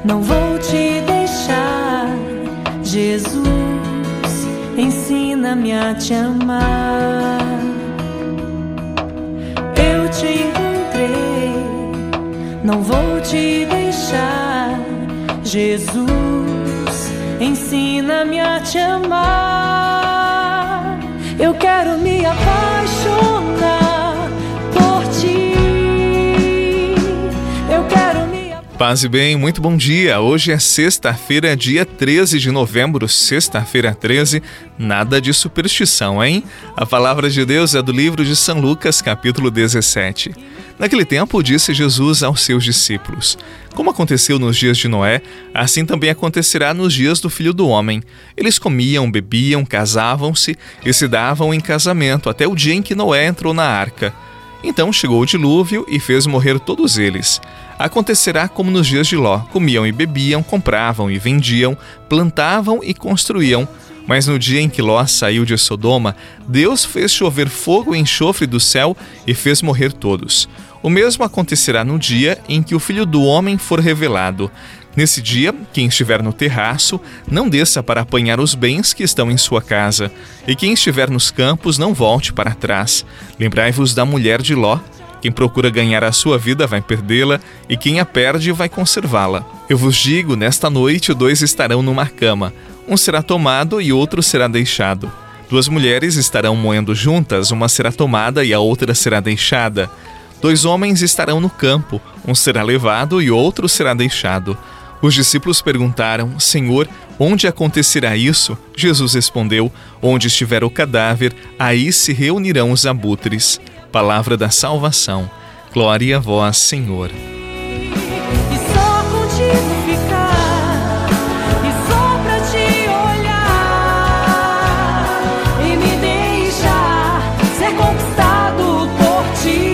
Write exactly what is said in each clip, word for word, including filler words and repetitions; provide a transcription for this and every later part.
não vou te deixar. Jesus, ensina-me a te amar. Eu te encontrei, não vou te deixar. Jesus, ensina-me a te amar. Eu quero me apaixonar por ti. Eu quero me apaixonar. Paz e bem, muito bom dia. Hoje é sexta-feira, dia treze de novembro, sexta-feira treze, nada de superstição, hein? A palavra de Deus é do livro de São Lucas, capítulo dezessete. Naquele tempo, disse Jesus aos seus discípulos: como aconteceu nos dias de Noé, assim também acontecerá nos dias do Filho do Homem. Eles comiam, bebiam, casavam-se e se davam em casamento até o dia em que Noé entrou na arca. Então chegou o dilúvio e fez morrer todos eles. Acontecerá como nos dias de Ló: comiam e bebiam, compravam e vendiam, plantavam e construíam. Mas no dia em que Ló saiu de Sodoma, Deus fez chover fogo e enxofre do céu e fez morrer todos. O mesmo acontecerá no dia em que o Filho do Homem for revelado. Nesse dia, quem estiver no terraço, não desça para apanhar os bens que estão em sua casa. E quem estiver nos campos, não volte para trás. Lembrai-vos da mulher de Ló. Quem procura ganhar a sua vida vai perdê-la, e quem a perde vai conservá-la. Eu vos digo, nesta noite dois estarão numa cama. Um será tomado e outro será deixado. Duas mulheres estarão moendo juntas, uma será tomada e a outra será deixada. Dois homens estarão no campo, um será levado e outro será deixado. Os discípulos perguntaram: Senhor, onde acontecerá isso? Jesus respondeu: onde estiver o cadáver, aí se reunirão os abutres. Palavra da salvação. Glória a vós, Senhor. E só contigo ficar, e só pra te olhar, e me deixar ser conquistado por ti.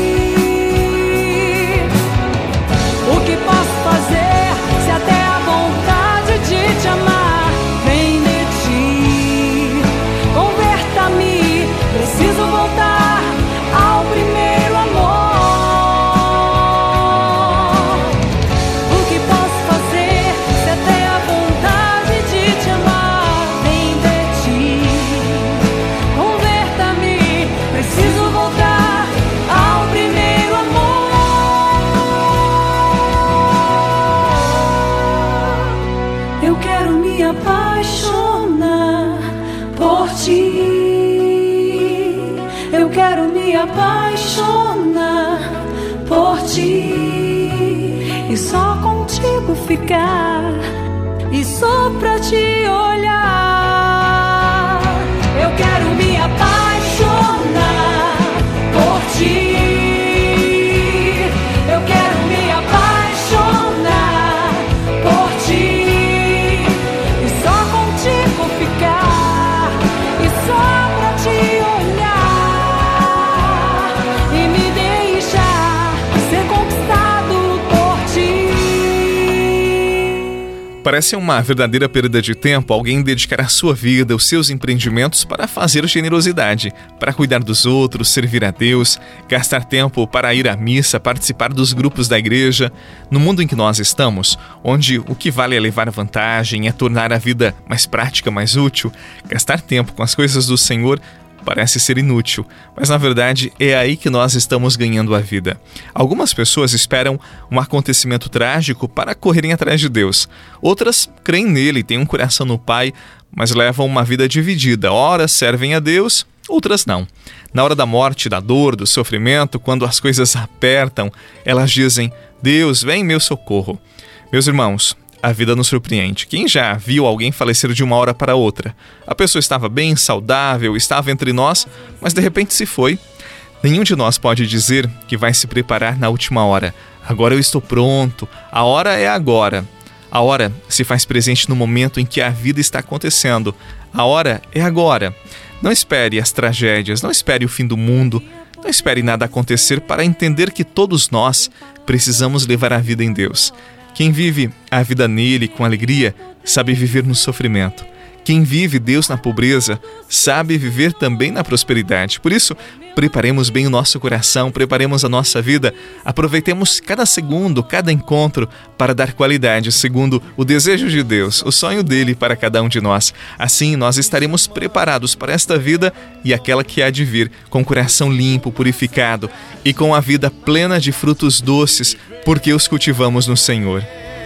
O que posso fazer se até a vontade de te amar vem de ti? Converta-me, preciso voltar ao primeiro amor. O que posso fazer se até a vontade de te amar vem de ti? Converta-me, preciso voltar ao primeiro amor. Eu quero me apaixonar por ti. Eu quero me apaixonar por ti, e só contigo ficar, e só pra te olhar. Eu quero me apaixonar por ti. Eu quero me apaixonar por ti, e só contigo ficar, e só pra te olhar. Parece uma verdadeira perda de tempo alguém dedicar a sua vida, os seus empreendimentos para fazer generosidade, para cuidar dos outros, servir a Deus, gastar tempo para ir à missa, participar dos grupos da igreja. No mundo em que nós estamos, onde o que vale é levar vantagem, é tornar a vida mais prática, mais útil, gastar tempo com as coisas do Senhor parece ser inútil, mas na verdade é aí que nós estamos ganhando a vida. Algumas pessoas esperam um acontecimento trágico para correrem atrás de Deus. Outras creem nele, têm um coração no Pai, mas levam uma vida dividida. Ora servem a Deus, outras não. Na hora da morte, da dor, do sofrimento, quando as coisas apertam, elas dizem: Deus, vem em meu socorro. Meus irmãos, a vida nos surpreende. Quem já viu alguém falecer de uma hora para outra? A pessoa estava bem, saudável, estava entre nós, mas de repente se foi. Nenhum de nós pode dizer que vai se preparar na última hora. Agora eu estou pronto. A hora é agora. A hora se faz presente no momento em que a vida está acontecendo. A hora é agora. Não espere as tragédias, não espere o fim do mundo, não espere nada acontecer para entender que todos nós precisamos levar a vida em Deus. Quem vive a vida nele com alegria, sabe viver no sofrimento. Quem vive Deus na pobreza, sabe viver também na prosperidade. Por isso, Preparemos bem o nosso coração, preparemos a nossa vida, aproveitemos cada segundo, cada encontro para dar qualidade segundo o desejo de Deus, o sonho dele para cada um de nós. Assim, nós estaremos preparados para esta vida e aquela que há de vir, com o coração limpo, purificado e com a vida plena de frutos doces, porque os cultivamos no Senhor.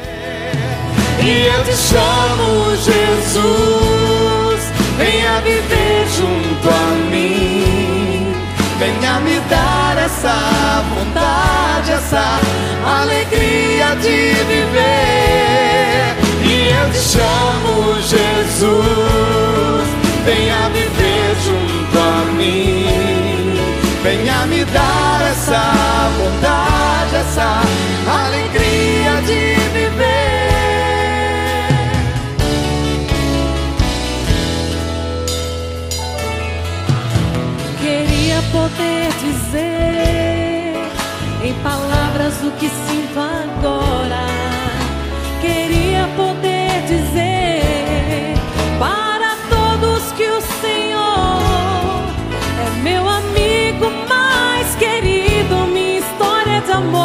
E eu te chamo, Jesus, venha viver junto a mim, venha me dar essa vontade, essa alegria de viver. E eu te chamo, Jesus, venha viver junto a mim, venha me dar essa vontade, essa alegria de viver. Poder dizer em palavras o que sinto agora. Queria poder dizer para todos que o Senhor é meu amigo mais querido, minha história de amor.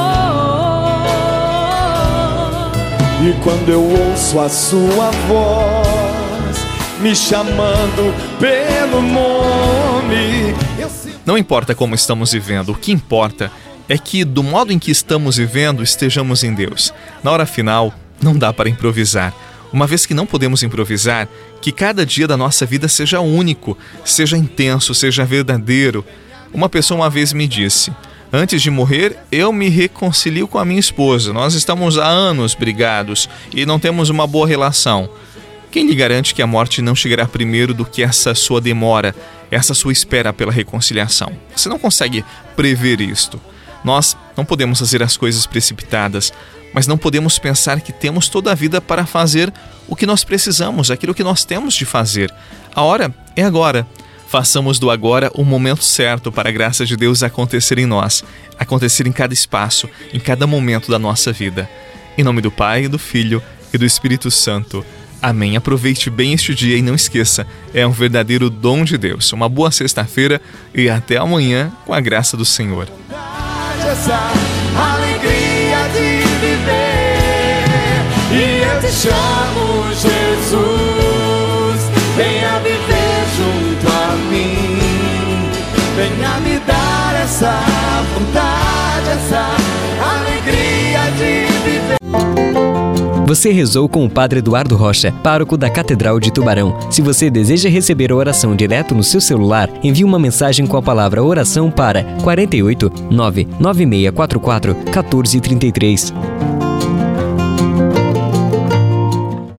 E quando eu ouço a sua voz me chamando pelo nome, eu Não importa como estamos vivendo, o que importa é que, do modo em que estamos vivendo, estejamos em Deus. Na hora final, não dá para improvisar. Uma vez que não podemos improvisar, que cada dia da nossa vida seja único, seja intenso, seja verdadeiro. Uma pessoa uma vez me disse: antes de morrer, eu me reconcilio com a minha esposa. Nós estamos há anos brigados e não temos uma boa relação. Quem lhe garante que a morte não chegará primeiro do que essa sua demora, essa sua espera pela reconciliação? Você não consegue prever isto. Nós não podemos fazer as coisas precipitadas, mas não podemos pensar que temos toda a vida para fazer o que nós precisamos, aquilo que nós temos de fazer. A hora é agora. Façamos do agora o momento certo para a graça de Deus acontecer em nós, acontecer em cada espaço, em cada momento da nossa vida. Em nome do Pai, do Filho e do Espírito Santo. Amém. Aproveite bem este dia e não esqueça, é um verdadeiro dom de Deus. Uma boa sexta-feira e até amanhã com a graça do Senhor. Essa alegria de viver. E eu te chamo, Jesus, venha viver junto a mim, venha me dar essa vontade, essa alegria de viver. Você rezou com o Padre Eduardo Rocha, pároco da Catedral de Tubarão. Se você deseja receber a oração direto no seu celular, envie uma mensagem com a palavra oração para quarenta e oito, nove nove seis quatro quatro, um quatro três três.